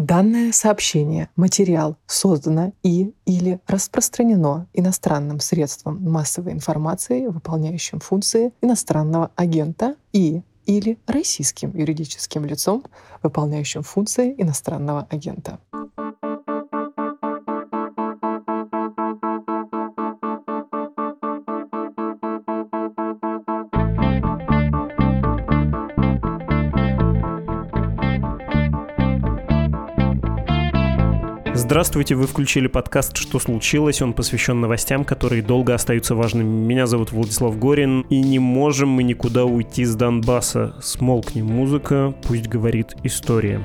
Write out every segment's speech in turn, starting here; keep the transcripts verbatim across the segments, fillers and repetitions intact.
Данное сообщение, материал создано и или распространено иностранным средством массовой информации, выполняющим функции иностранного агента, и или российским юридическим лицом, выполняющим функции иностранного агента. Здравствуйте, вы включили подкаст «Что случилось?». Он посвящен новостям, которые долго остаются важными. Меня зовут Владислав Горин, и не можем мы никуда уйти с Донбасса. Смолкни музыка, пусть говорит история.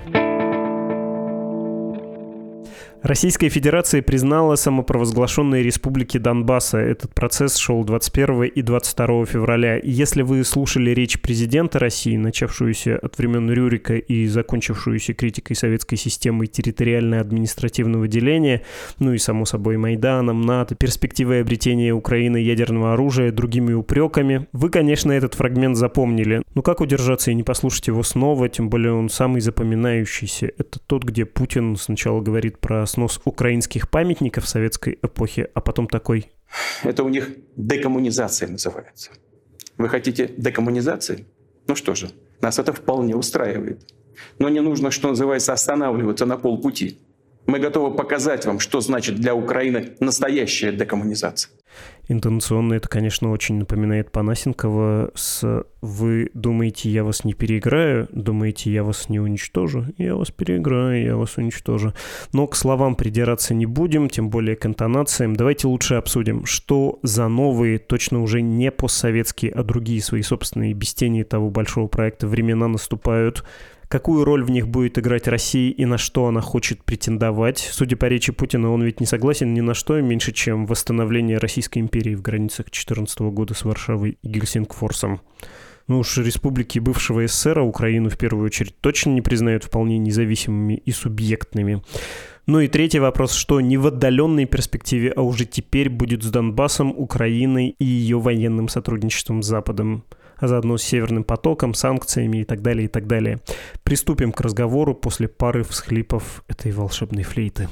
Российская Федерация признала самопровозглашенные республики Донбасса. Этот процесс шел двадцать первого и двадцать второго февраля. И если вы слушали речь президента России, начавшуюся от времен Рюрика и закончившуюся критикой советской системы территориально-административного деления, ну и, само собой, Майданом, НАТО, перспективой обретения Украины ядерного оружия, другими упреками, вы, конечно, этот фрагмент запомнили. Но как удержаться и не послушать его снова, тем более он самый запоминающийся. Это тот, где Путин сначала говорит про снос украинских памятников советской эпохи, а потом такой... Это у них декоммунизация называется. Вы хотите декоммунизации? Ну что же, нас это вполне устраивает. Но не нужно, что называется, останавливаться на полпути. Мы готовы показать вам, что значит для Украины настоящая декоммунизация. Интонационно это, конечно, очень напоминает Панасенкова с «Вы думаете, я вас не переиграю? Думаете, я вас не уничтожу? Я вас переиграю, я вас уничтожу». Но к словам придираться не будем, тем более к интонациям. Давайте лучше обсудим, что за новые, точно уже не постсоветские, а другие свои собственные, без тени того большого проекта времена наступают. Какую роль в них будет играть Россия и на что она хочет претендовать? Судя по речи Путина, он ведь не согласен ни на что меньше, чем восстановление Российской империи в границах четырнадцатого года с Варшавой и Гельсингфорсом. Ну уж республики бывшего СССР, а Украину в первую очередь точно не признают вполне независимыми и субъектными. Ну и третий вопрос, что не в отдаленной перспективе, а уже теперь будет с Донбассом, Украиной и ее военным сотрудничеством с Западом, а заодно с Северным потоком, санкциями и так далее, и так далее. Приступим к разговору после пары всхлипов этой волшебной флейты.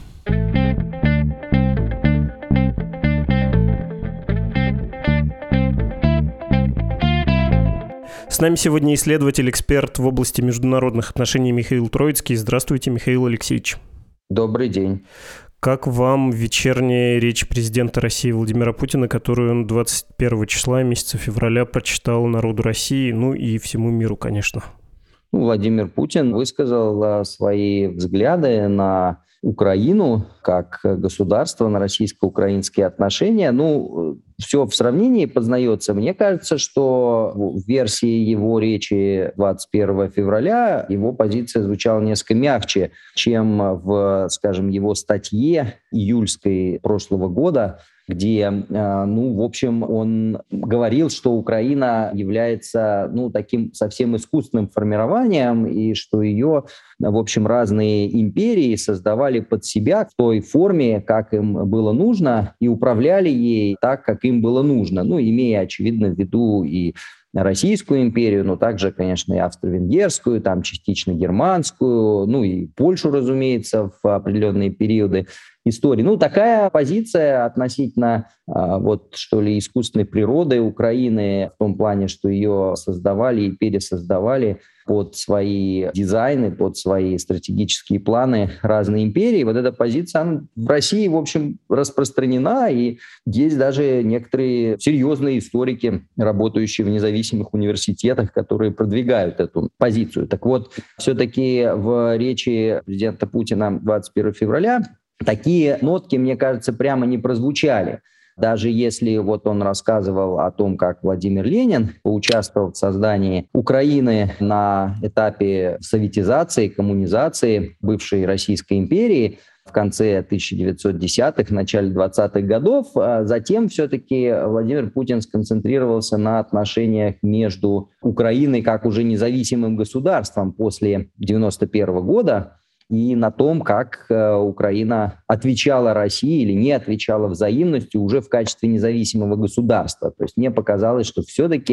С нами сегодня исследователь-эксперт в области международных отношений Михаил Троицкий. Здравствуйте, Михаил Алексеевич. Добрый день. Как вам вечерняя речь президента России Владимира Путина, которую он двадцать первого числа месяца февраля прочитал народу России, ну и всему миру, конечно? Ну, Владимир Путин высказал свои взгляды на Украину как государство, на российско-украинские отношения. Ну, все в сравнении познается. Мне кажется, что в версии его речи двадцать первого февраля его позиция звучала несколько мягче, чем в, скажем, его статье июльской прошлого года, где, ну, в общем, он говорил, что Украина является, ну, таким совсем искусственным формированием, и что ее, в общем, разные империи создавали под себя в той форме, как им было нужно, и управляли ей так, как им было нужно, ну, имея, очевидно, в виду и Российскую империю, но также, конечно, и Австро-Венгерскую, там частично германскую, ну и Польшу, разумеется, в определенные периоды истории. Ну, такая позиция относительно а, вот, что ли, искусственной природы Украины в том плане, что ее создавали и пересоздавали под свои дизайны, под свои стратегические планы разные империи. Вот эта позиция она в России, в общем, распространена, и есть даже некоторые серьезные историки, работающие в независимых университетах, которые продвигают эту позицию. Так вот, все-таки в речи президента Путина двадцать первого февраля такие нотки, мне кажется, прямо не прозвучали. Даже если вот он рассказывал о том, как Владимир Ленин поучаствовал в создании Украины на этапе советизации, коммунизации бывшей Российской империи в конце тысяча девятьсот десятых, начале двадцатых годов, а затем все-таки Владимир Путин сконцентрировался на отношениях между Украиной как уже независимым государством после девяносто первого года и на том, как Украина отвечала России или не отвечала взаимностью уже в качестве независимого государства. То есть мне показалось, что все-таки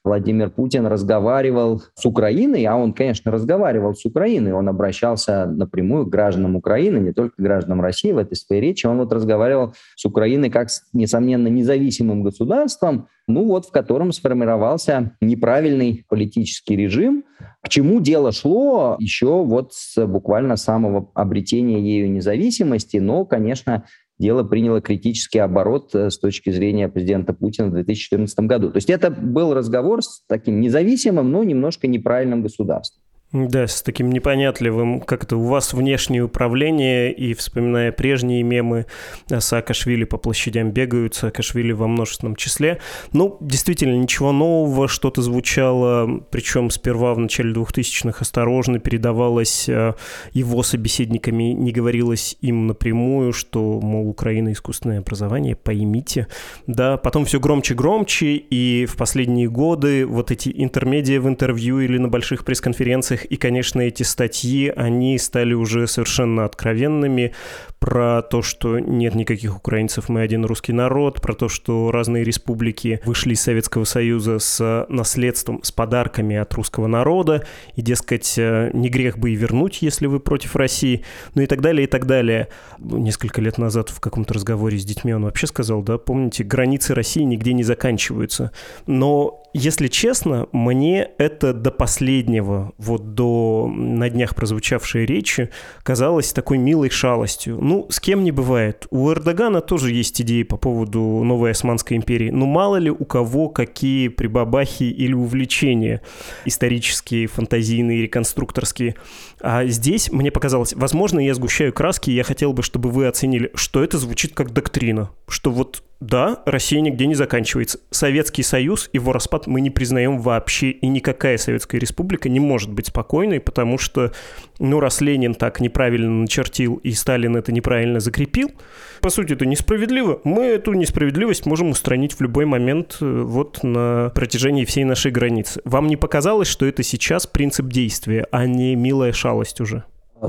Владимир Путин разговаривал с Украиной, а он, конечно, разговаривал с Украиной, он обращался напрямую к гражданам Украины, не только к гражданам России в этой своей речи, он вот разговаривал с Украиной как с, несомненно, независимым государством, ну вот, в котором сформировался неправильный политический режим, к чему дело шло еще вот с буквально самого обретения ею независимости, но, конечно, дело приняло критический оборот с точки зрения президента Путина в две тысячи четырнадцатом году. То есть это был разговор с таким независимым, но немножко неправильным государством. Да, с таким непонятливым, как это у вас внешнее управление, и вспоминая прежние мемы, Саакашвили по площадям бегают, Саакашвили во множественном числе. Ну, действительно, ничего нового, что-то звучало, причем сперва в начале двухтысячных осторожно передавалось его собеседниками, не говорилось им напрямую, что, мол, Украина искусственное образование, поймите. Да, потом все громче-громче, и в последние годы вот эти интермедиа в интервью или на больших пресс-конференциях, и, конечно, эти статьи, они стали уже совершенно откровенными про то, что нет никаких украинцев, мы один русский народ, про то, что разные республики вышли из Советского Союза с наследством, с подарками от русского народа, и, дескать, не грех бы и вернуть, если вы против России, ну и так далее, и так далее. Несколько лет назад в каком-то разговоре с детьми он вообще сказал, да, помните, границы России нигде не заканчиваются. Но, если честно, мне это до последнего, вот до на днях прозвучавшей речи, казалось такой милой шалостью. Ну, с кем не бывает. У Эрдогана тоже есть идеи по поводу новой Османской империи. Но мало ли у кого какие прибабахи или увлечения исторические, фантазийные, реконструкторские. А здесь мне показалось, возможно, я сгущаю краски, и я хотел бы, чтобы вы оценили, что это звучит как доктрина. Что вот да, Россия нигде не заканчивается. Советский Союз, его распад мы не признаем вообще, и никакая Советская Республика не может быть спокойной, потому что, ну, раз Ленин так неправильно начертил и Сталин это неправильно закрепил, по сути, это несправедливо. Мы эту несправедливость можем устранить в любой момент вот на протяжении всей нашей границы. Вам не показалось, что это сейчас принцип действия, а не милая шалость уже?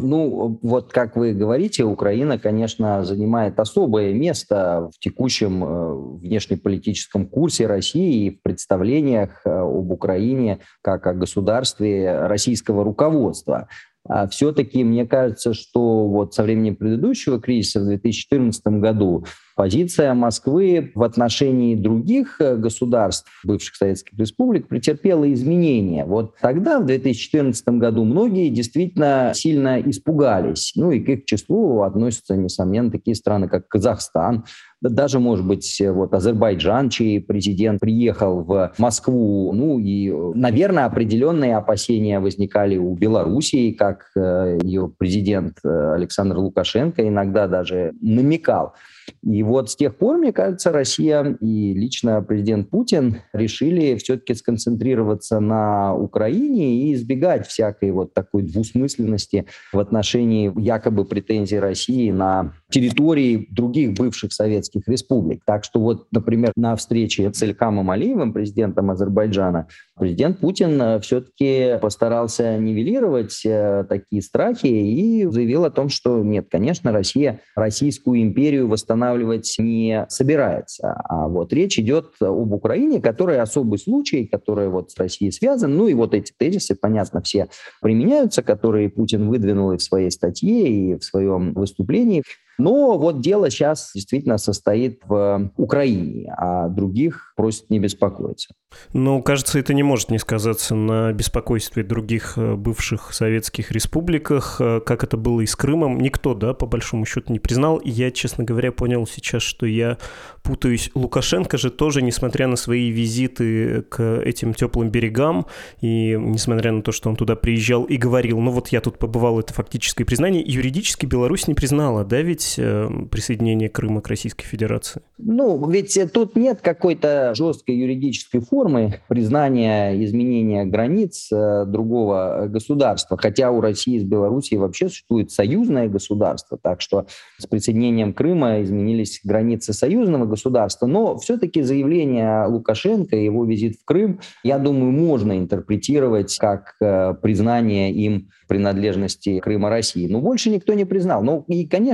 Ну, вот как вы говорите, Украина, конечно, занимает особое место в текущем э, внешнеполитическом курсе России и в представлениях э, об Украине как о государстве российского руководства. А все-таки мне кажется, что вот со времени предыдущего кризиса в две тысячи четырнадцатом году позиция Москвы в отношении других государств, бывших советских республик, претерпела изменения. Вот тогда, в две тысячи четырнадцатом году, многие действительно сильно испугались. Ну и к их числу относятся, несомненно, такие страны, как Казахстан, даже, может быть, вот Азербайджан, чей президент приехал в Москву. Ну и, наверное, определенные опасения возникали у Белоруссии, как ее президент Александр Лукашенко иногда даже намекал. И вот с тех пор, мне кажется, Россия и лично президент Путин решили все-таки сконцентрироваться на Украине и избегать всякой вот такой двусмысленности в отношении якобы претензий России на территории других бывших советских республик. Так что вот, например, на встрече с Илькамом Алиевым, президентом Азербайджана, президент Путин все-таки постарался нивелировать э, такие страхи и заявил о том, что нет, конечно, Россия Российскую империю восстанавливать не собирается. А вот речь идет об Украине, которая особый случай, который вот с Россией связан. Ну и вот эти тезисы, понятно, все применяются, которые Путин выдвинул и в своей статье, и в своем выступлении. Но вот дело сейчас действительно состоит в Украине, а других просят не беспокоиться. Ну, кажется, это не может не сказаться на беспокойстве других бывших советских республиках, как это было и с Крымом. Никто, да, по большому счету не признал. И я, честно говоря, понял сейчас, что я путаюсь. Лукашенко же тоже, несмотря на свои визиты к этим теплым берегам, и несмотря на то, что он туда приезжал и говорил, ну вот я тут побывал, это фактическое признание, юридически Беларусь не признала, да, ведь присоединение Крыма к Российской Федерации? Ну, ведь тут нет какой-то жесткой юридической формы признания изменения границ э, другого государства, хотя у России с Белоруссией вообще существует союзное государство, так что с присоединением Крыма изменились границы союзного государства, но все-таки заявление Лукашенко и его визит в Крым, я думаю, можно интерпретировать как э, признание им принадлежности Крыма России. Но больше никто не признал. Ну и, конечно, на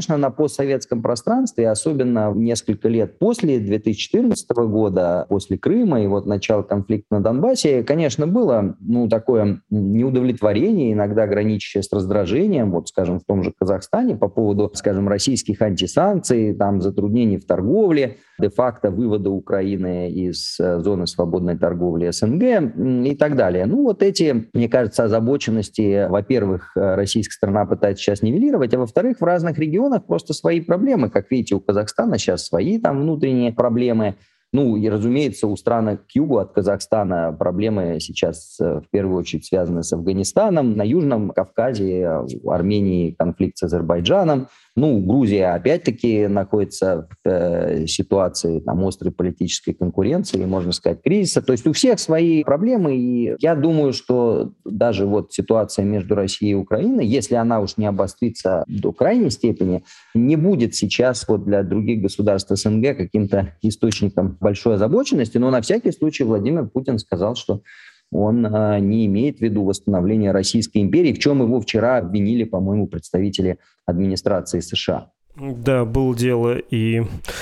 постсоветском пространстве, особенно несколько лет после две тысячи четырнадцатого года, после Крыма и вот начала конфликта на Донбассе, конечно, было ну, такое неудовлетворение, иногда граничащее с раздражением, вот, скажем, в том же Казахстане по поводу, скажем, российских антисанкций, там, затруднений в торговле, де-факто вывода Украины из зоны свободной торговли СНГ и так далее. Ну, вот эти, мне кажется, озабоченности, во-первых, российская сторона пытается сейчас нивелировать, а во-вторых, в разных регионах просто свои проблемы. Как видите, у Казахстана сейчас свои там внутренние проблемы. Ну, и, разумеется, у стран к югу от Казахстана проблемы сейчас в первую очередь связаны с Афганистаном. На Южном Кавказе, в Армении конфликт с Азербайджаном. Ну, Грузия опять-таки находится в э, ситуации там, острой политической конкуренции, можно сказать, кризиса. То есть у всех свои проблемы. И я думаю, что даже вот ситуация между Россией и Украиной, если она уж не обострится до крайней степени, не будет сейчас вот для других государств СНГ каким-то источником большой озабоченности, но на всякий случай Владимир Путин сказал, что он э, не имеет в виду восстановления Российской империи, в чем его вчера обвинили, по-моему, представители администрации США. Да, было дело, и,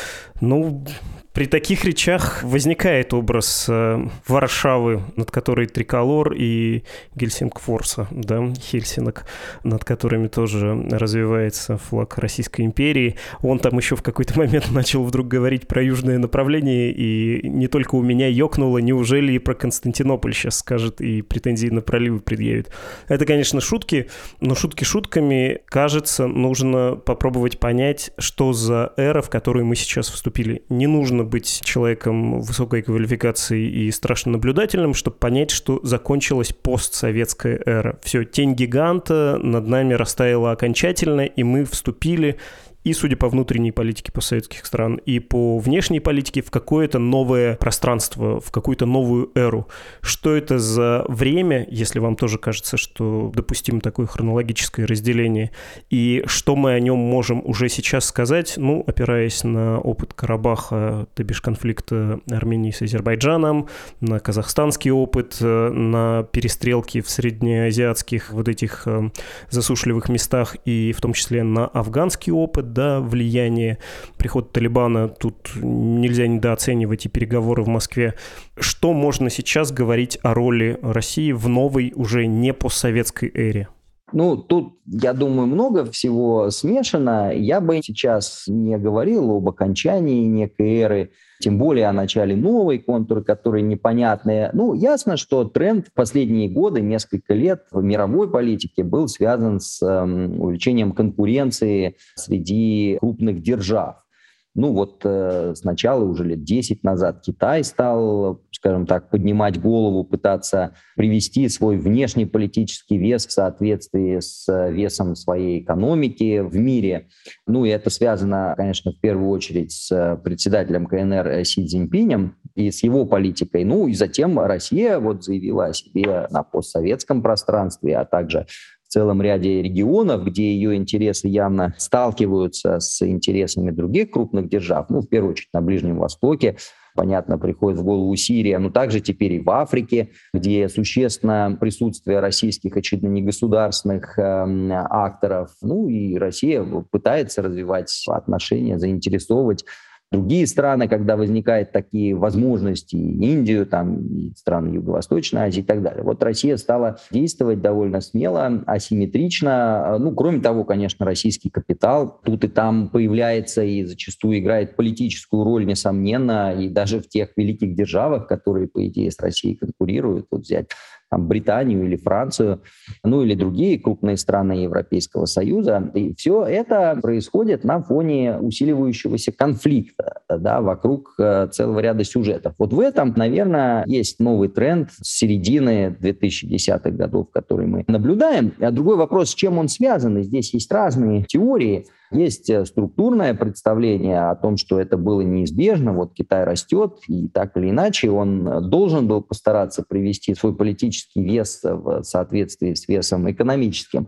ну, при таких речах возникает образ э, Варшавы, над которой триколор, и Гельсингфорса, да, Хельсинок, над которыми тоже развивается флаг Российской империи. Он там еще в какой-то момент начал вдруг говорить про южное направление, и не только у меня ёкнуло, неужели и про Константинополь сейчас скажет и претензии на проливы предъявит. Это, конечно, шутки, но шутки шутками, кажется, нужно попробовать понять, что за эра, в которую мы сейчас вступили. Не нужно быть человеком высокой квалификации и страшно наблюдательным, чтобы понять, что закончилась постсоветская эра. Все, тень гиганта над нами растаяла окончательно, и мы вступили и, судя по внутренней политике постсоветских стран, и по внешней политике, в какое-то новое пространство, в какую-то новую эру. Что это за время, если вам тоже кажется, что допустимо такое хронологическое разделение, и что мы о нем можем уже сейчас сказать, ну, опираясь на опыт Карабаха, то бишь конфликта Армении с Азербайджаном, на казахстанский опыт, на перестрелки в среднеазиатских вот этих засушливых местах, и в том числе на афганский опыт, да, влияние, приход Талибана, тут нельзя недооценивать и переговоры в Москве. Что можно сейчас говорить о роли России в новой, уже не постсоветской эре? Ну, тут, я думаю, много всего смешано. Я бы сейчас не говорил об окончании некой эры, тем более о начале новой, контуры, которые непонятные. Ну, ясно, что тренд в последние годы, несколько лет в мировой политике был связан с э, увеличением конкуренции среди крупных держав. Ну вот э, сначала, уже лет десять назад, Китай стал, скажем так, поднимать голову, пытаться привести свой внешнеполитический вес в соответствии с весом своей экономики в мире. Ну и это связано, конечно, в первую очередь с председателем КНР Си Цзиньпинем и с его политикой. Ну и затем Россия вот заявила о себе на постсоветском пространстве, а также в целом ряде регионов, где ее интересы явно сталкиваются с интересами других крупных держав, ну, в первую очередь на Ближнем Востоке, понятно, приходит в голову Сирия, но также теперь и в Африке, где существенно присутствие российских, очевидно, негосударственных э, акторов. Ну и Россия пытается развивать отношения, заинтересовывать другие страны, когда возникают такие возможности, Индию, там, и страны Юго-Восточной Азии и так далее. Вот Россия стала действовать довольно смело, асимметрично. Ну, кроме того, конечно, российский капитал тут и там появляется и зачастую играет политическую роль, несомненно, и даже в тех великих державах, которые, по идее, с Россией конкурируют. Вот взять там, Британию или Францию, ну или другие крупные страны Европейского Союза. И все это происходит на фоне усиливающегося конфликта, да, вокруг э, целого ряда сюжетов. Вот в этом, наверное, есть новый тренд с середины двухтысячных годов, который мы наблюдаем. А другой вопрос, с чем он связан? И здесь есть разные теории. Есть структурное представление о том, что это было неизбежно. Вот Китай растет, и так или иначе он должен был постараться привести свой политический вес в соответствии с весом экономическим.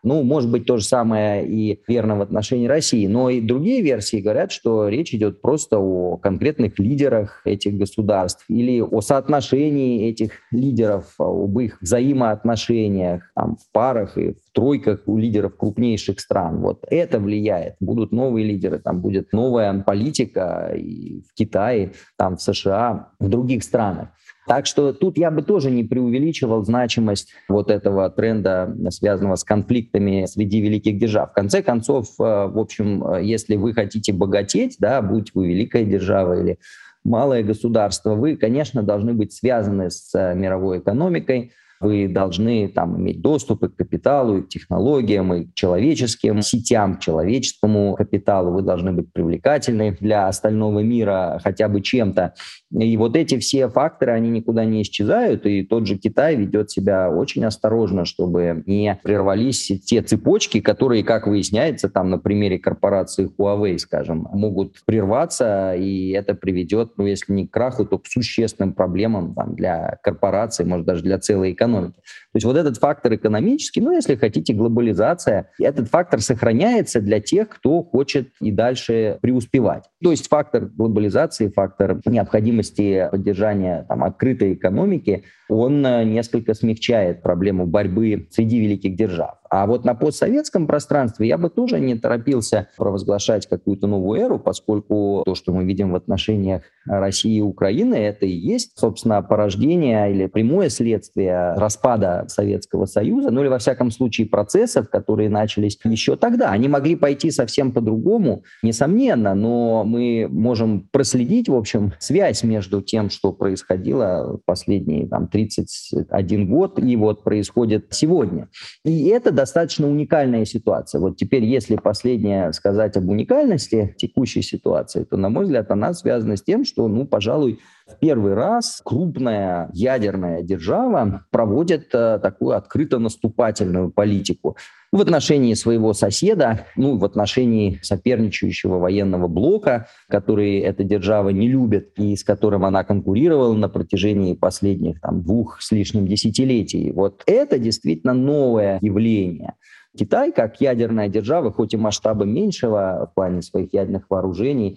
Ну, может быть, то же самое и верно в отношении России. Но и другие версии говорят, что речь идет просто о конкретных лидерах этих государств или о соотношении этих лидеров, об их взаимоотношениях там, в парах и в тройках у лидеров крупнейших стран. Вот это влияет. Будут новые лидеры, там будет новая политика и в Китае, там в США, в других странах. Так что тут я бы тоже не преувеличивал значимость вот этого тренда, связанного с конфликтами среди великих держав. В конце концов, в общем, если вы хотите богатеть, да, будь вы великая держава или малое государство, вы, конечно, должны быть связаны с мировой экономикой. Вы должны там иметь доступ и к капиталу, и к технологиям, и к человеческим сетям, к человеческому капиталу. Вы должны быть привлекательны для остального мира хотя бы чем-то. И вот эти все факторы, они никуда не исчезают, и тот же Китай ведет себя очень осторожно, чтобы не прервались те цепочки, которые, как выясняется, там на примере корпорации Huawei, скажем, могут прерваться, и это приведет, ну, если не к краху, то к существенным проблемам там, для корпораций, может, даже для целой экономики. То есть вот этот фактор экономический, ну, если хотите, глобализация, этот фактор сохраняется для тех, кто хочет и дальше преуспевать. То есть фактор глобализации, фактор необходимости поддержания там, открытой экономики, он несколько смягчает проблему борьбы среди великих держав. А вот на постсоветском пространстве я бы тоже не торопился провозглашать какую-то новую эру, поскольку то, что мы видим в отношениях России и Украины, это и есть, собственно, порождение или прямое следствие распада Советского Союза, ну или, во всяком случае, процессов, которые начались еще тогда. Они могли пойти совсем по-другому, несомненно, но мы можем проследить, в общем, связь между тем, что происходило в последние там, тридцать один год и вот происходит сегодня. И это достаточно уникальная ситуация. Вот теперь, если последнее сказать об уникальности текущей ситуации, то, на мой взгляд, она связана с тем, что, ну, пожалуй, в первый раз крупная ядерная держава проводит э, такую открыто наступательную политику в отношении своего соседа, ну, в отношении соперничающего военного блока, который эта держава не любит и с которым она конкурировала на протяжении последних там, двух с лишним десятилетий. Вот это действительно новое явление. Китай, как ядерная держава, хоть и масштаба меньшего в плане своих ядерных вооружений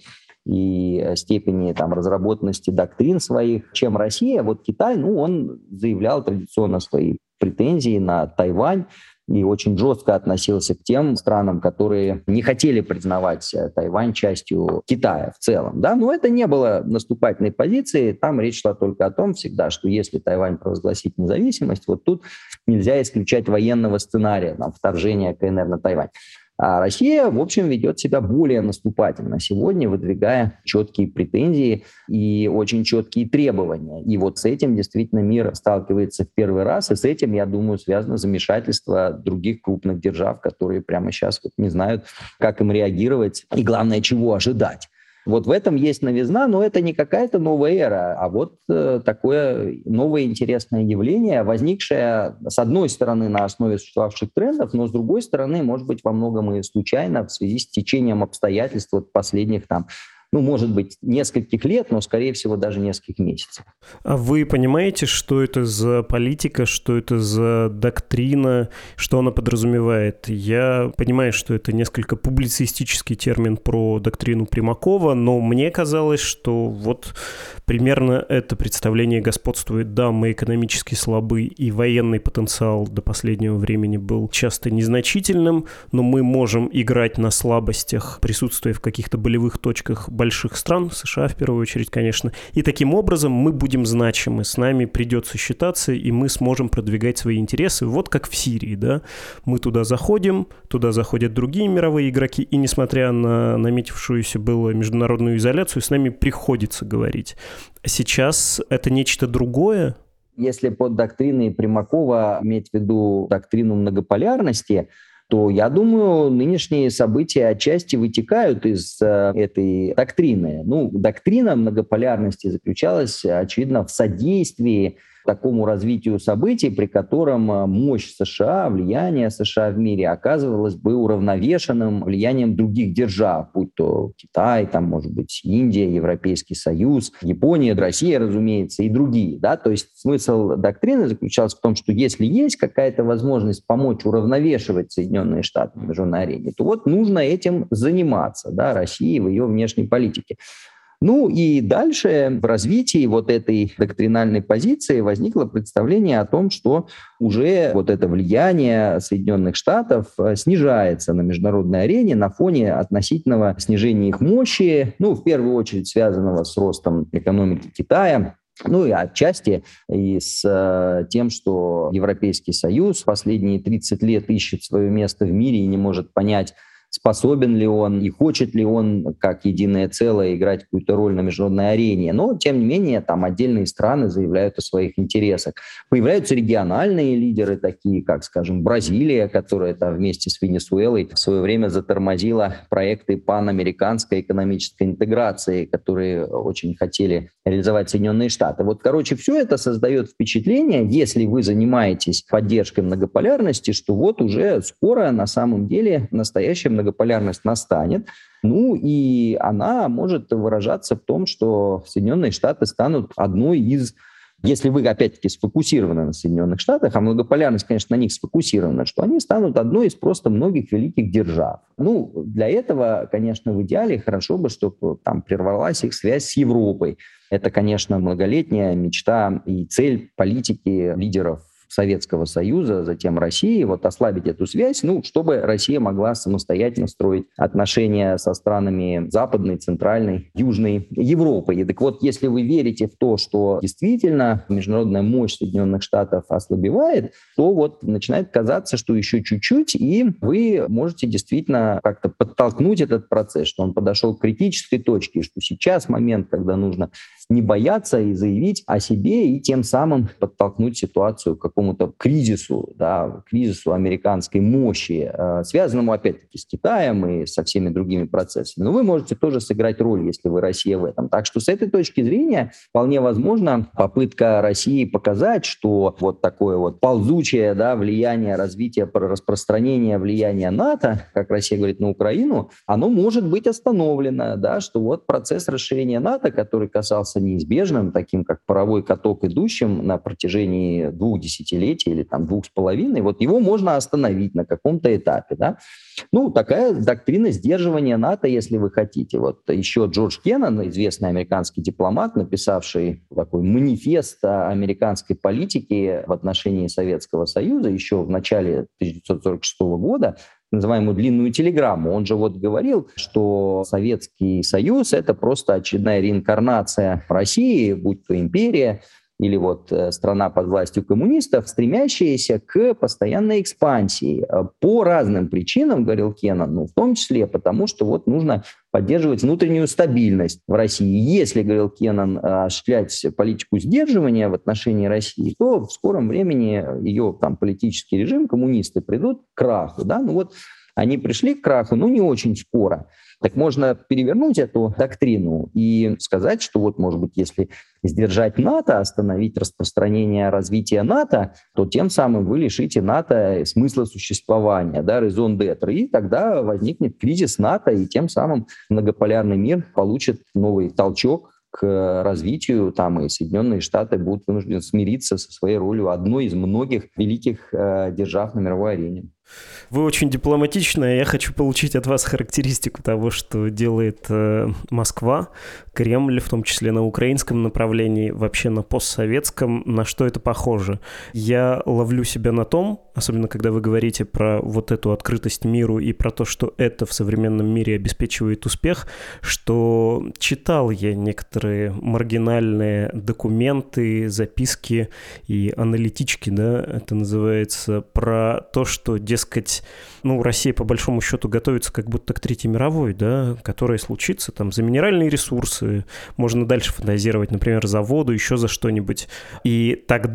и степени там, разработанности доктрин своих, чем Россия, вот Китай, ну, он заявлял традиционно свои претензии на Тайвань и очень жестко относился к тем странам, которые не хотели признавать Тайвань частью Китая в целом. Да? Но это не было наступательной позиции, там речь шла только о том всегда, что если Тайвань провозгласит независимость, вот тут нельзя исключать военного сценария, там, вторжения КНР на Тайвань. А Россия, в общем, ведет себя более наступательно сегодня, выдвигая четкие претензии и очень четкие требования. И вот с этим действительно мир сталкивается в первый раз, и с этим, я думаю, связано замешательство других крупных держав, которые прямо сейчас вот не знают, как им реагировать и, главное, чего ожидать. Вот в этом есть новизна, но это не какая-то новая эра, а вот э, такое новое интересное явление, возникшее, с одной стороны, на основе существовавших трендов, но с другой стороны, может быть, во многом и случайно в связи с течением обстоятельств вот последних там, ну, может быть, нескольких лет, но, скорее всего, даже нескольких месяцев. А вы понимаете, что это за политика, что это за доктрина, что она подразумевает? Я понимаю, что это несколько публицистический термин про доктрину Примакова, но мне казалось, что вот примерно это представление господствует. Да, мы экономически слабы, и военный потенциал до последнего времени был часто незначительным, но мы можем играть на слабостях, присутствуя в каких-то болевых точках больших стран, США в первую очередь, конечно, и таким образом мы будем значимы, с нами придется считаться, и мы сможем продвигать свои интересы, вот как в Сирии, да, мы туда заходим, туда заходят другие мировые игроки, и несмотря на наметившуюся было международную изоляцию, с нами приходится говорить. Сейчас это нечто другое? Если под доктриной Примакова иметь в виду доктрину многополярности, то, я думаю, нынешние события отчасти вытекают из э, этой доктрины. Ну, доктрина многополярности заключалась, очевидно, в содействии такому развитию событий, при котором мощь США, влияние США в мире оказывалось бы уравновешенным влиянием других держав, будь то Китай, там, может быть, Индия, Европейский Союз, Япония, Россия, разумеется, и другие. Да? То есть смысл доктрины заключался в том, что если есть какая-то возможность помочь уравновешивать Соединенные Штаты на международной арене, то вот нужно этим заниматься, да, России в ее внешней политике. Ну и дальше в развитии вот этой доктринальной позиции возникло представление о том, что уже вот это влияние Соединенных Штатов снижается на международной арене на фоне относительного снижения их мощи, ну, в первую очередь связанного с ростом экономики Китая. Ну и отчасти и с э, тем, что Европейский Союз последние тридцать лет ищет свое место в мире и не может понять, способен ли он и хочет ли он как единое целое играть какую-то роль на международной арене. Но, тем не менее, там отдельные страны заявляют о своих интересах. Появляются региональные лидеры, такие как, скажем, Бразилия, которая там вместе с Венесуэлой в свое время затормозила проекты панамериканской экономической интеграции, которые очень хотели реализовать Соединенные Штаты. Вот, короче, все это создает впечатление, если вы занимаетесь поддержкой многополярности, что вот уже скоро на самом деле настоящая многополярность настанет. Ну и она может выражаться в том, что Соединенные Штаты станут одной из, если вы опять-таки сфокусированы на Соединенных Штатах, а многополярность, конечно, на них сфокусирована, что они станут одной из просто многих великих держав. Ну, для этого, конечно, в идеале хорошо бы, чтобы там прервалась их связь с Европой. Это, конечно, многолетняя мечта и цель политики лидеров Советского Союза, затем России, вот ослабить эту связь, ну, чтобы Россия могла самостоятельно строить отношения со странами Западной, Центральной, Южной Европы. И так вот, если вы верите в то, что действительно международная мощь Соединенных Штатов ослабевает, то вот начинает казаться, что еще чуть-чуть, и вы можете действительно как-то подтолкнуть этот процесс, что он подошел к критической точке, что сейчас момент, когда нужно не бояться и заявить о себе, и тем самым подтолкнуть ситуацию к какому-то кризису, да, кризису американской мощи, э, связанному, опять-таки, с Китаем и со всеми другими процессами. Но вы можете тоже сыграть роль, если вы Россия в этом. Так что с этой точки зрения вполне возможно попытка России показать, что вот такое вот ползучее, да, влияние, развитие, распространение влияния НАТО, как Россия говорит, на Украину, оно может быть остановлено, да, что вот процесс расширения НАТО, который касался неизбежным, таким как паровой каток, идущим на протяжении двух десятилетий или там двух с половиной, вот его можно остановить на каком-то этапе, да. Ну, такая доктрина сдерживания НАТО, если вы хотите. Вот еще Джордж Кеннон, известный американский дипломат, написавший такой манифест американской политики в отношении Советского Союза еще в начале тысяча девятьсот сорок шестого года, называемую длинную телеграмму. Он же вот говорил, что Советский Союз — это просто очередная реинкарнация России, будь то империя или вот страна под властью коммунистов, стремящаяся к постоянной экспансии. По разным причинам, говорил Кеннон, ну, в том числе потому, что вот нужно поддерживать внутреннюю стабильность в России. Если, говорил Кеннон, осуществлять политику сдерживания в отношении России, то в скором времени ее там политический режим, коммунисты придут к краху. Да? Ну вот они пришли к краху, но не очень скоро. Так можно перевернуть эту доктрину и сказать, что вот, может быть, если сдержать НАТО, остановить распространение развития НАТО, то тем самым вы лишите НАТО смысла существования, да, raison d'être, и тогда возникнет кризис НАТО, и тем самым многополярный мир получит новый толчок к развитию, там и Соединенные Штаты будут вынуждены смириться со своей ролью одной из многих великих э, держав на мировой арене. Вы очень дипломатичны. Я хочу получить от вас характеристику того, что делает э, Москва, Кремль, в том числе на украинском направлении, вообще на постсоветском, на что это похоже. Я ловлю себя на том, особенно когда вы говорите про вот эту открытость миру и про то, что это в современном мире обеспечивает успех, что читал я некоторые маргинальные документы, записки и аналитички, да, это называется, про то, что, дескать, ну, Россия по большому счету готовится как будто к Третьей мировой, да, которая случится там за минеральные ресурсы, можно дальше фантазировать, например, за воду, еще за что-нибудь. И тогда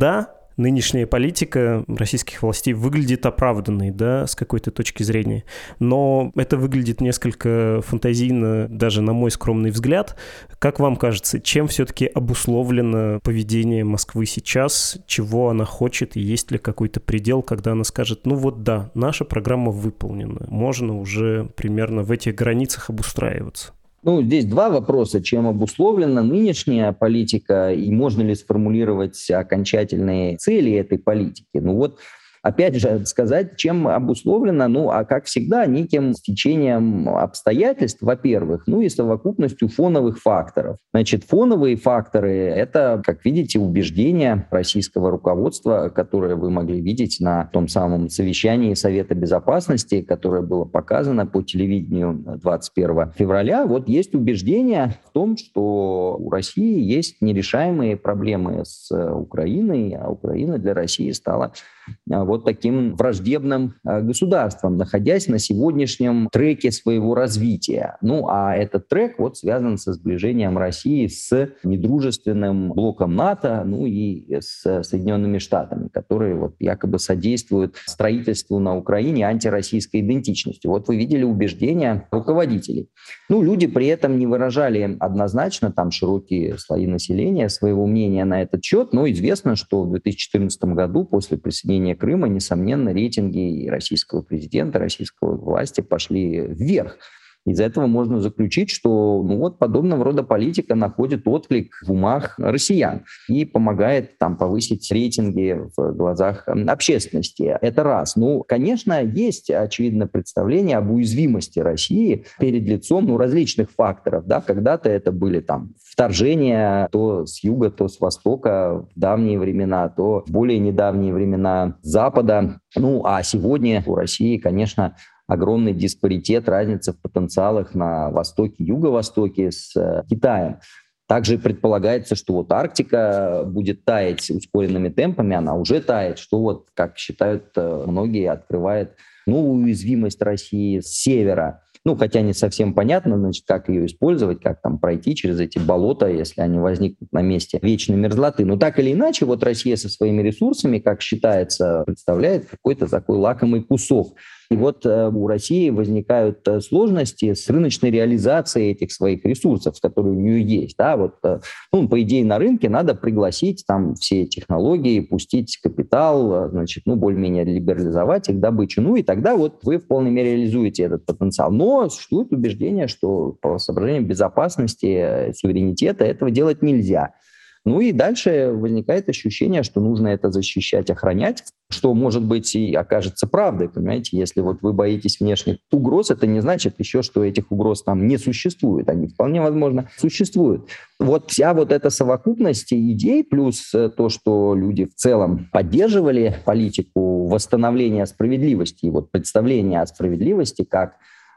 нынешняя политика российских властей выглядит оправданной, да, с какой-то точки зрения. Но это выглядит несколько фантазийно, даже на мой скромный взгляд. Как вам кажется, чем все-таки обусловлено поведение Москвы сейчас? Чего она хочет? И есть ли какой-то предел, когда она скажет, ну вот да, наша программа выполнена, можно уже примерно в этих границах обустраиваться? Ну, здесь два вопроса. Чем обусловлена нынешняя политика и можно ли сформулировать окончательные цели этой политики? Ну вот, опять же, сказать, чем обусловлено, ну, а как всегда, неким стечением обстоятельств, во-первых, ну и совокупностью фоновых факторов. Значит, фоновые факторы – это, как видите, убеждения российского руководства, которое вы могли видеть на том самом совещании Совета Безопасности, которое было показано по телевидению двадцать первого февраля. Вот есть убеждение в том, что у России есть нерешаемые проблемы с Украиной, а Украина для России стала вот таким враждебным государством, находясь на сегодняшнем треке своего развития. Ну, а этот трек вот связан со сближением России с недружественным блоком НАТО, ну и с Соединенными Штатами, которые вот якобы содействуют строительству на Украине антироссийской идентичности. Вот вы видели убеждения руководителей. Ну, люди при этом не выражали однозначно, там широкие слои населения, своего мнения на этот счет, но известно, что в две тысячи четырнадцатом году после присоединения Крыма, несомненно, рейтинги и российского президента, российской власти пошли вверх. Из этого можно заключить, что ну, вот подобного рода политика находит отклик в умах россиян и помогает там повысить рейтинги в глазах общественности. Это раз. Ну, конечно, есть, очевидно, представление об уязвимости России перед лицом ну, различных факторов. Да? Когда-то это были там вторжения то с юга, то с востока в давние времена, то в более недавние времена с запада. Ну, а сегодня у России, конечно, огромный диспаритет, разница в потенциалах на востоке, юго-востоке с э, Китаем. Также предполагается, что вот Арктика будет таять ускоренными темпами, она уже тает, что вот, как считают э, многие, открывает новую уязвимость России с севера. Ну, хотя не совсем понятно, значит, как ее использовать, как там пройти через эти болота, если они возникнут на месте вечной мерзлоты. Но так или иначе, вот Россия со своими ресурсами, как считается, представляет какой-то такой лакомый кусок. И вот э, у России возникают э, сложности с рыночной реализацией этих своих ресурсов, которые у нее есть. Да? Вот, э, ну, по идее, на рынке надо пригласить там все технологии, пустить капитал, э, значит, ну, более-менее либерализовать их добычу. Ну, и тогда вот вы в полной мере реализуете этот потенциал. Но существует убеждение, что по соображениям безопасности, э, суверенитета этого делать нельзя. Ну и дальше возникает ощущение, что нужно это защищать, охранять, что, может быть, и окажется правдой, понимаете. Если вот вы боитесь внешних угроз, это не значит еще, что этих угроз там не существует. Они вполне возможно существуют. Вот вся вот эта совокупность идей, плюс то, что люди в целом поддерживали политику восстановления справедливости, и вот представление о справедливости как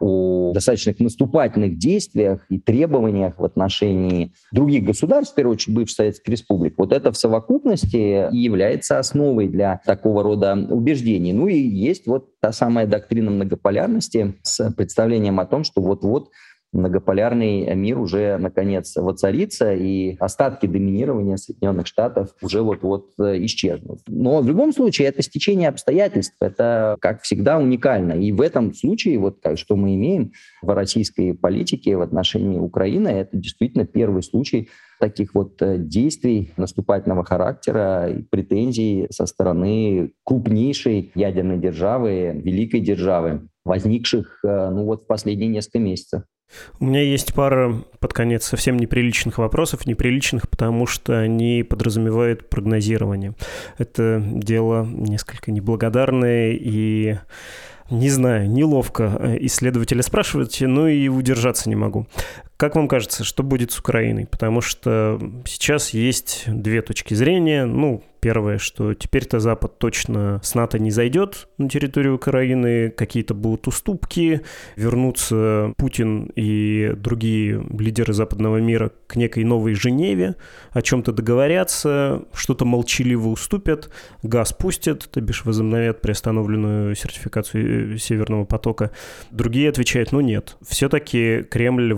о достаточных наступательных действиях и требованиях в отношении других государств, в первую очередь бывших Советских Республик, вот это в совокупности и является основой для такого рода убеждений. Ну и есть вот та самая доктрина многополярности с представлением о том, что вот-вот многополярный мир уже, наконец, воцарится, и остатки доминирования Соединенных Штатов уже вот-вот исчезнут. Но в любом случае это стечение обстоятельств, это, как всегда, уникально. И в этом случае, вот что мы имеем в российской политике в отношении Украины, это действительно первый случай таких вот действий наступательного характера и претензий со стороны крупнейшей ядерной державы, великой державы, возникших ну, вот в последние несколько месяцев. У меня есть пара, под конец, совсем неприличных вопросов. Неприличных, потому что они подразумевают прогнозирование. Это дело несколько неблагодарное и, не знаю, неловко исследователя спрашивать, но и удержаться не могу. Как вам кажется, что будет с Украиной? Потому что сейчас есть две точки зрения. Ну, первое, что теперь-то Запад точно с НАТО не зайдет на территорию Украины, какие-то будут уступки, вернутся Путин и другие лидеры западного мира к некой новой Женеве, о чем-то договорятся, что-то молчаливо уступят, газ пустят, то бишь возобновят приостановленную сертификацию Северного потока. Другие отвечают, ну нет, все-таки Кремль в этот раз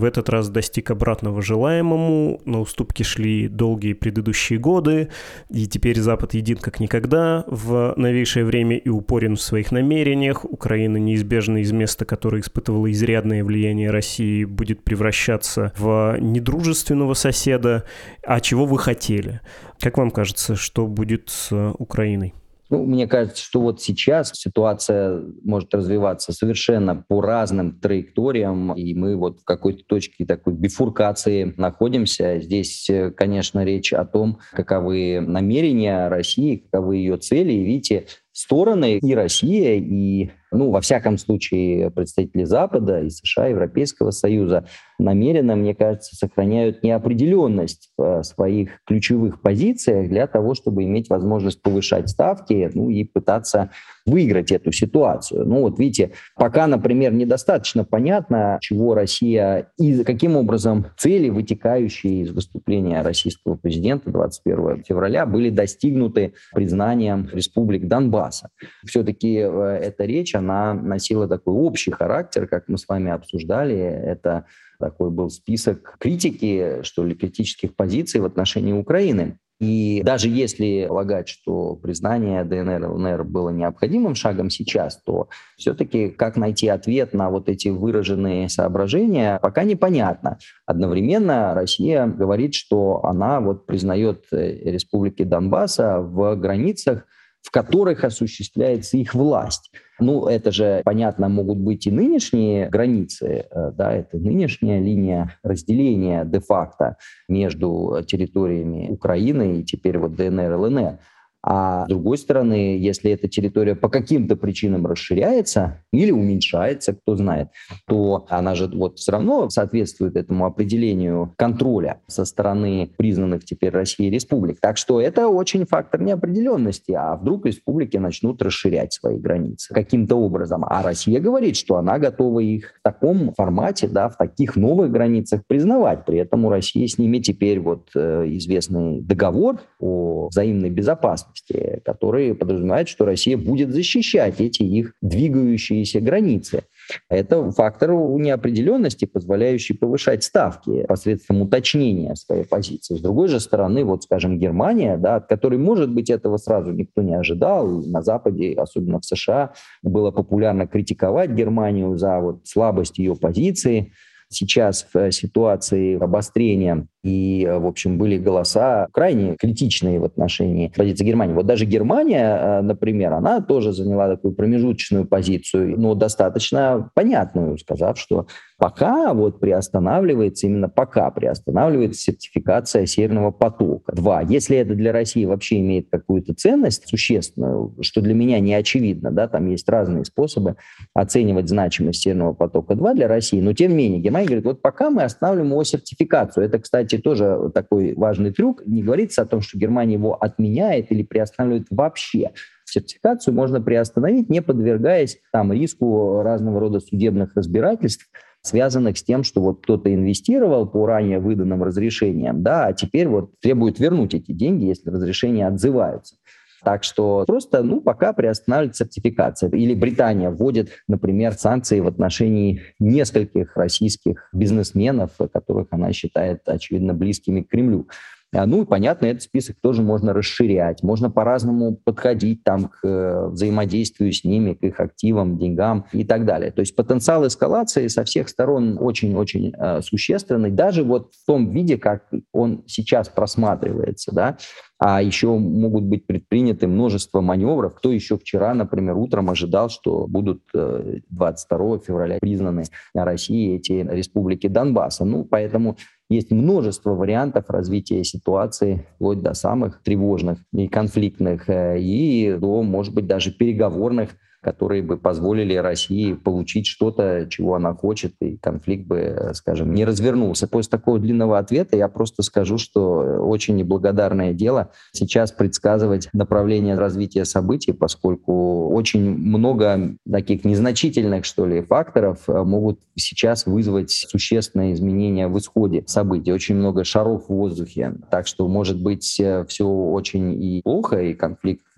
сейчас достиг обратного желаемому, на уступки шли долгие предыдущие годы, и теперь Запад един как никогда в новейшее время и упорен в своих намерениях. Украина неизбежно из места, которое испытывало изрядное влияние России, будет превращаться в недружественного соседа. А чего вы хотели? Как вам кажется, что будет с Украиной? Ну, мне кажется, что вот сейчас ситуация может развиваться совершенно по разным траекториям, и мы вот в какой-то точке такой бифуркации находимся. Здесь, конечно, речь о том, каковы намерения России, каковы ее цели. И видите, стороны и Россия, и, ну, во всяком случае, представители Запада, и США, Европейского Союза намеренно, мне кажется, сохраняют неопределенность в своих ключевых позициях для того, чтобы иметь возможность повышать ставки, ну, и пытаться выиграть эту ситуацию. Ну, вот видите, пока, например, недостаточно понятно, чего Россия и каким образом цели, вытекающие из выступления российского президента двадцать первого февраля, были достигнуты признанием республик Донбасса. Все-таки эта речь, она носила такой общий характер, как мы с вами обсуждали. Это такой был список критики, что ли, критических позиций в отношении Украины. И даже если полагать, что признание ДНР и ЛНР было необходимым шагом сейчас, то все-таки как найти ответ на вот эти выраженные соображения, пока непонятно. Одновременно Россия говорит, что она вот признает республики Донбасса в границах, в которых осуществляется их власть. Ну, это же, понятно, могут быть и нынешние границы, да, это нынешняя линия разделения де-факто между территориями Украины и теперь вот ДНР и ЛНР. А с другой стороны, если эта территория по каким-то причинам расширяется или уменьшается, кто знает, то она же вот все равно соответствует этому определению контроля со стороны признанных теперь Россией республик. Так что это очень фактор неопределенности. А вдруг республики начнут расширять свои границы каким-то образом. А Россия говорит, что она готова их в таком формате, да, в таких новых границах признавать. При этом у России с ними теперь вот э, известный договор о взаимной безопасности, которые подразумевают, что Россия будет защищать эти их двигающиеся границы. Это фактор неопределенности, позволяющий повышать ставки посредством уточнения своей позиции. С другой же стороны, вот, скажем, Германия, да, от которой, может быть, этого сразу никто не ожидал. На Западе, особенно в США, было популярно критиковать Германию за вот слабость ее позиции. Сейчас в ситуации обострения и, в общем, были голоса крайне критичные в отношении позиции Германии. Вот даже Германия, например, она тоже заняла такую промежуточную позицию, но достаточно понятную, сказав, что пока вот приостанавливается, именно пока приостанавливается сертификация Северного потока-два. Если это для России вообще имеет какую-то ценность существенную, что для меня не очевидно, да, там есть разные способы оценивать значимость Северного потока-два для России, но тем не менее Германия говорит, вот пока мы останавливаем его сертификацию. Это, кстати, тоже такой важный трюк. Не говорится о том, что Германия его отменяет или приостанавливает вообще. Сертификацию можно приостановить, не подвергаясь там риску разного рода судебных разбирательств, связанных с тем, что вот кто-то инвестировал по ранее выданным разрешениям, да, а теперь вот требует вернуть эти деньги, если разрешения отзываются. Так что просто, ну, пока приостанавливается сертификация. Или Британия вводит, например, санкции в отношении нескольких российских бизнесменов, которых она считает, очевидно, близкими к Кремлю. Ну и, понятно, этот список тоже можно расширять. Можно по-разному подходить там, к взаимодействию с ними, к их активам, деньгам и так далее. То есть потенциал эскалации со всех сторон очень-очень э, существенный. Даже вот в том виде, как он сейчас просматривается, да, а еще могут быть предприняты множество маневров. Кто еще вчера, например, утром ожидал, что будут двадцать второго февраля признаны Россией эти республики Донбасса. Ну, поэтому есть множество вариантов развития ситуации, вплоть до самых тревожных и конфликтных, и до, может быть, даже переговорных, которые бы позволили России получить что-то, чего она хочет, и конфликт бы, скажем, не развернулся. После такого длинного ответа я просто скажу, что очень неблагодарное дело сейчас предсказывать направление развития событий, поскольку очень много таких незначительных, что ли, факторов могут сейчас вызвать существенные изменения в исходе событий. Очень много шаров в воздухе, так что может быть все очень и плохо, и конфликт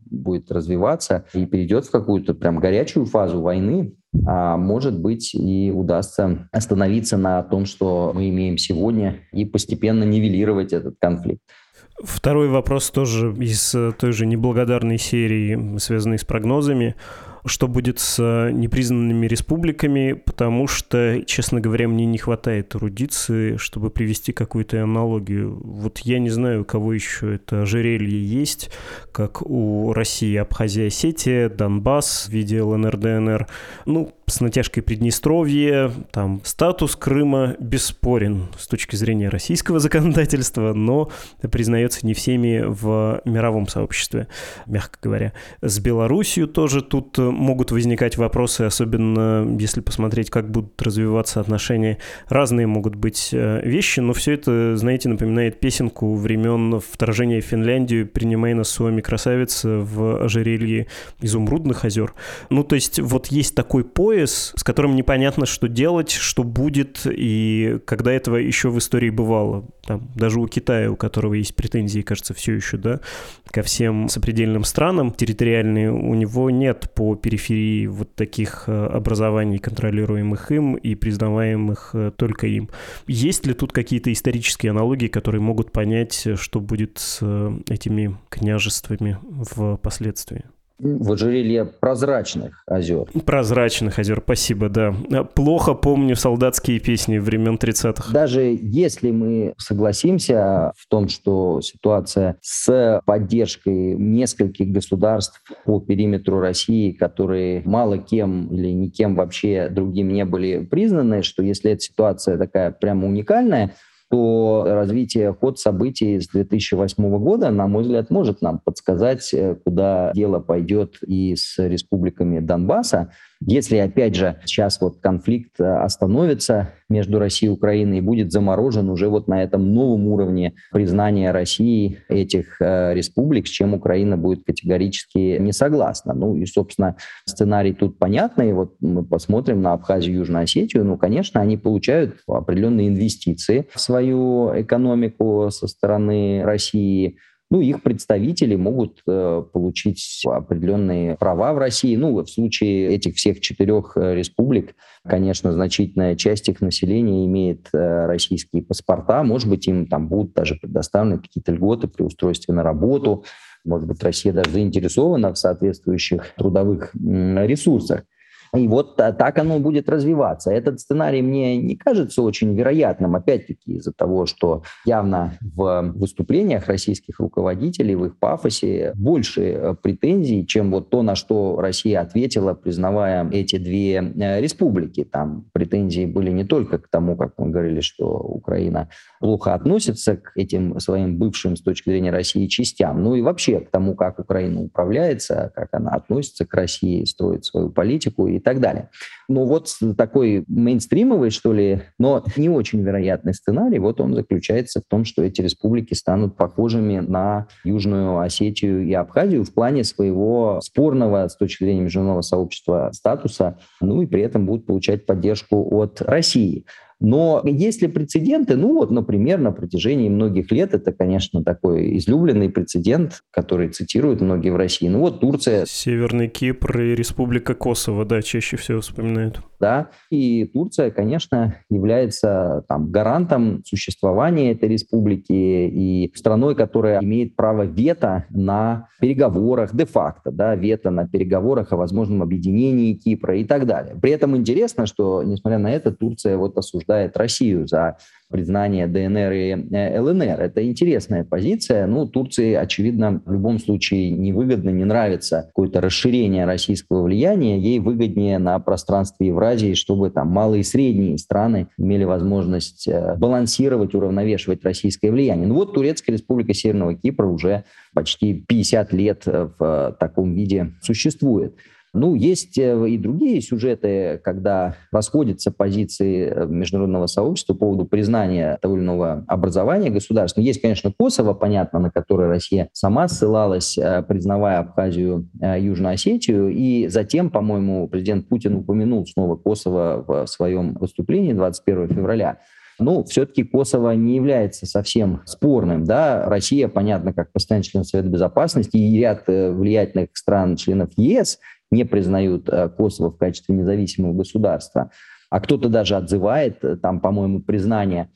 будет развиваться и перейдет в какую-то прям горячую фазу войны, а может быть и удастся остановиться на том, что мы имеем сегодня, и постепенно нивелировать этот конфликт. Второй вопрос тоже из той же неблагодарной серии, связанной с прогнозами. Что будет с непризнанными республиками, потому что, честно говоря, мне не хватает эрудиции, чтобы привести какую-то аналогию. Вот я не знаю, у кого еще это ожерелье есть, как у России Абхазия, Осетия, Донбасс в виде ЛНР, ДНР. Ну, с натяжкой Приднестровья, там статус Крыма бесспорен с точки зрения российского законодательства, но признается не всеми в мировом сообществе, мягко говоря. С Белоруссией тоже тут могут возникать вопросы, особенно если посмотреть, как будут развиваться отношения. Разные могут быть вещи, но все это, знаете, напоминает песенку времен вторжения в Финляндию «Принимай нас с вами, красавица» в ожерелье изумрудных озер. Ну, то есть вот есть такой пояс, с которым непонятно, что делать, что будет, и когда этого еще в истории бывало. Там, даже у Китая, у которого есть претензии, кажется, все еще, да, ко всем сопредельным странам территориальные, у него нет по периферии вот таких образований, контролируемых им и признаваемых только им. Есть ли тут какие-то исторические аналогии, которые могут понять, что будет с этими княжествами впоследствии? В ожерелье прозрачных озер. Прозрачных озер, спасибо, да. Плохо помню солдатские песни времен тридцатых. Даже если мы согласимся в том, что ситуация с поддержкой нескольких государств по периметру России, которые мало кем или никем вообще другим не были признаны, что если эта ситуация такая прямо уникальная, то развитие, ход событий с две тысячи восьмого года, на мой взгляд, может нам подсказать, куда дело пойдет и с республиками Донбасса. Если, опять же, сейчас вот конфликт остановится между Россией и Украиной и будет заморожен уже вот на этом новом уровне признания России этих э, республик, с чем Украина будет категорически не согласна. Ну и, собственно, сценарий тут понятный. Вот мы посмотрим на Абхазию и Южную Осетию. Ну, конечно, они получают определенные инвестиции в свою экономику со стороны России. Ну, их представители могут э, получить определенные права в России. Ну, в случае этих всех четырех э, республик, конечно, значительная часть их населения имеет э, российские паспорта. Может быть, им там будут даже предоставлены какие-то льготы при устройстве на работу. Может быть, Россия даже заинтересована в соответствующих трудовых э, ресурсах. И вот так оно будет развиваться. Этот сценарий мне не кажется очень вероятным, опять-таки из-за того, что явно в выступлениях российских руководителей, в их пафосе больше претензий, чем вот то, на что Россия ответила, признавая эти две республики. Там претензии были не только к тому, как мы говорили, что Украина плохо относится к этим своим бывшим с точки зрения России частям, ну и вообще к тому, как Украина управляется, как она относится к России, строит свою политику и так далее. Ну вот такой мейнстримовый, что ли, но не очень вероятный сценарий, вот он заключается в том, что эти республики станут похожими на Южную Осетию и Абхазию в плане своего спорного с точки зрения международного сообщества статуса, ну и при этом будут получать поддержку от России. Но есть ли прецеденты? Ну вот, например, на протяжении многих лет, это, конечно, такой излюбленный прецедент, который цитируют многие в России. Ну вот Турция. Северный Кипр и Республика Косово, да, чаще всего вспоминают. Да, и Турция, конечно, является там гарантом существования этой республики и страной, которая имеет право вето на переговорах, де-факто, да, вето на переговорах о возможном объединении Кипра и так далее. При этом интересно, что, несмотря на это, Турция вот осуждает Россию за признание ДНР и ЛНР. Это интересная позиция. Ну, Турции, очевидно, в любом случае невыгодно, не нравится какое-то расширение российского влияния. Ей выгоднее на пространстве Евразии, чтобы там малые и средние страны имели возможность балансировать, уравновешивать российское влияние. Ну вот Турецкая республика Северного Кипра уже почти пятьдесят лет в таком виде существует. Ну, есть и другие сюжеты, когда расходятся позиции международного сообщества по поводу признания того или иного образования государства. Есть, конечно, Косово, понятно, на которое Россия сама ссылалась, признавая Абхазию, Южную Осетию. И затем, по-моему, президент Путин упомянул снова Косово в своем выступлении двадцать первого февраля. Ну, все-таки Косово не является совсем спорным, да. Россия, понятно, как постоянный член Совета Безопасности, и ряд влиятельных стран, членов ЕС, не признают Косово в качестве независимого государства. А кто-то даже отзывает, там, по-моему, признание.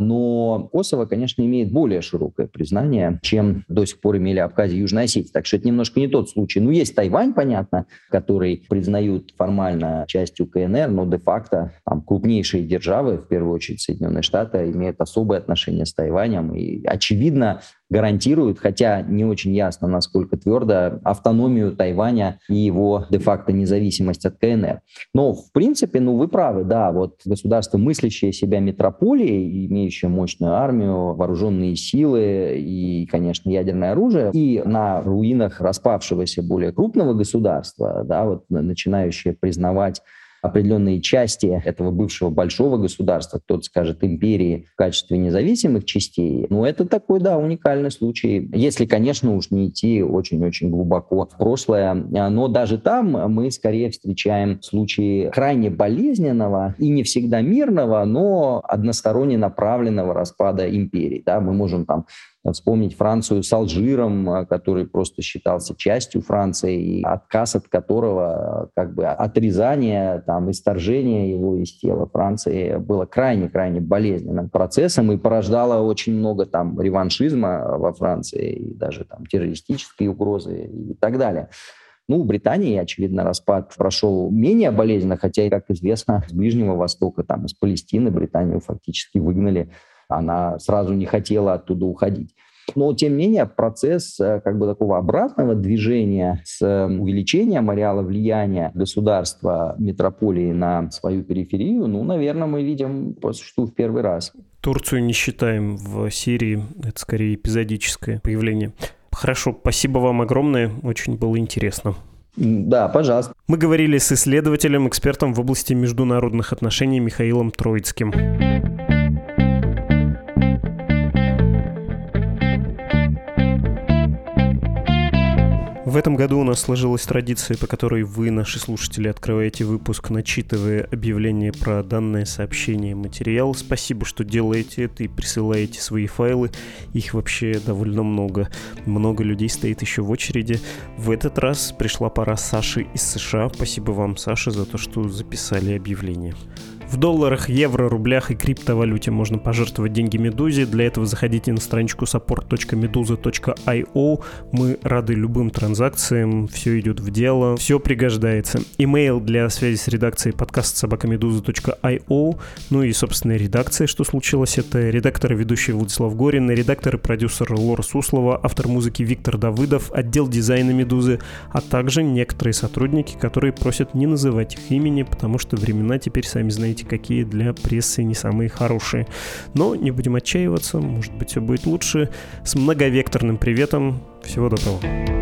Но Косово, конечно, имеет более широкое признание, чем до сих пор имели Абхазия и Южная Осетия. Так что это немножко не тот случай. Ну, есть Тайвань, понятно, который признают формально частью КНР, но де-факто там крупнейшие державы, в первую очередь Соединенные Штаты, имеют особые отношения с Тайванем и, очевидно, гарантируют, хотя не очень ясно, насколько твердо, автономию Тайваня и его де-факто независимость от КНР. Но, в принципе, ну, вы правы, да, вот государство, мыслящее себя метрополией, имеющее мощную армию, вооруженные силы и, конечно, ядерное оружие, и на руинах распавшегося более крупного государства, да, вот начинающее признавать определенные части этого бывшего большого государства, кто-то скажет империи, в качестве независимых частей. Но это такой, да, уникальный случай. Если, конечно, уж не идти очень-очень глубоко в прошлое. Но даже там мы скорее встречаем случаи крайне болезненного и не всегда мирного, но односторонне направленного распада империи. Да, мы можем там вспомнить Францию с Алжиром, который просто считался частью Франции, и отказ от которого, как бы отрезание, там, исторжение его из тела Франции было крайне-крайне болезненным процессом и порождало очень много там реваншизма во Франции, и даже там террористические угрозы и так далее. Ну, в Британии, очевидно, распад прошел менее болезненно, хотя, как известно, с Ближнего Востока, там, из Палестины Британию фактически выгнали. Она сразу не хотела оттуда уходить. Но, тем не менее, процесс как бы такого обратного движения с увеличением ареала влияния государства, метрополии на свою периферию, ну, наверное, мы видим по существу в первый раз. Турцию не считаем в Сирии, это скорее эпизодическое появление. Хорошо, спасибо вам огромное, очень было интересно. Да, пожалуйста. Мы говорили с исследователем, экспертом в области международных отношений Михаилом Троицким. В этом году у нас сложилась традиция, по которой вы, наши слушатели, открываете выпуск, начитывая объявление про данное сообщение, материал. Спасибо, что делаете это и присылаете свои файлы. Их вообще довольно много. Много людей стоит еще в очереди. В этот раз пришла пора Саши из США. Спасибо вам, Саша, за то, что записали объявление. В долларах, евро, рублях и криптовалюте можно пожертвовать деньги Медузе. Для этого заходите на страничку support точка meduza точка io. Мы рады любым транзакциям, все идет в дело, все пригождается. Имейл для связи с редакцией подкаст собака meduza точка io. Ну и, собственно, редакция, что случилось, это редактор и ведущий Владислав Горин, редактор и продюсер Лора Суслова, автор музыки Виктор Давыдов, отдел дизайна Медузы, а также некоторые сотрудники, которые просят не называть их имени, потому что времена теперь, сами знаете, какие для прессы не самые хорошие. Но не будем отчаиваться, может быть, все будет лучше. С многовекторным приветом. Всего доброго.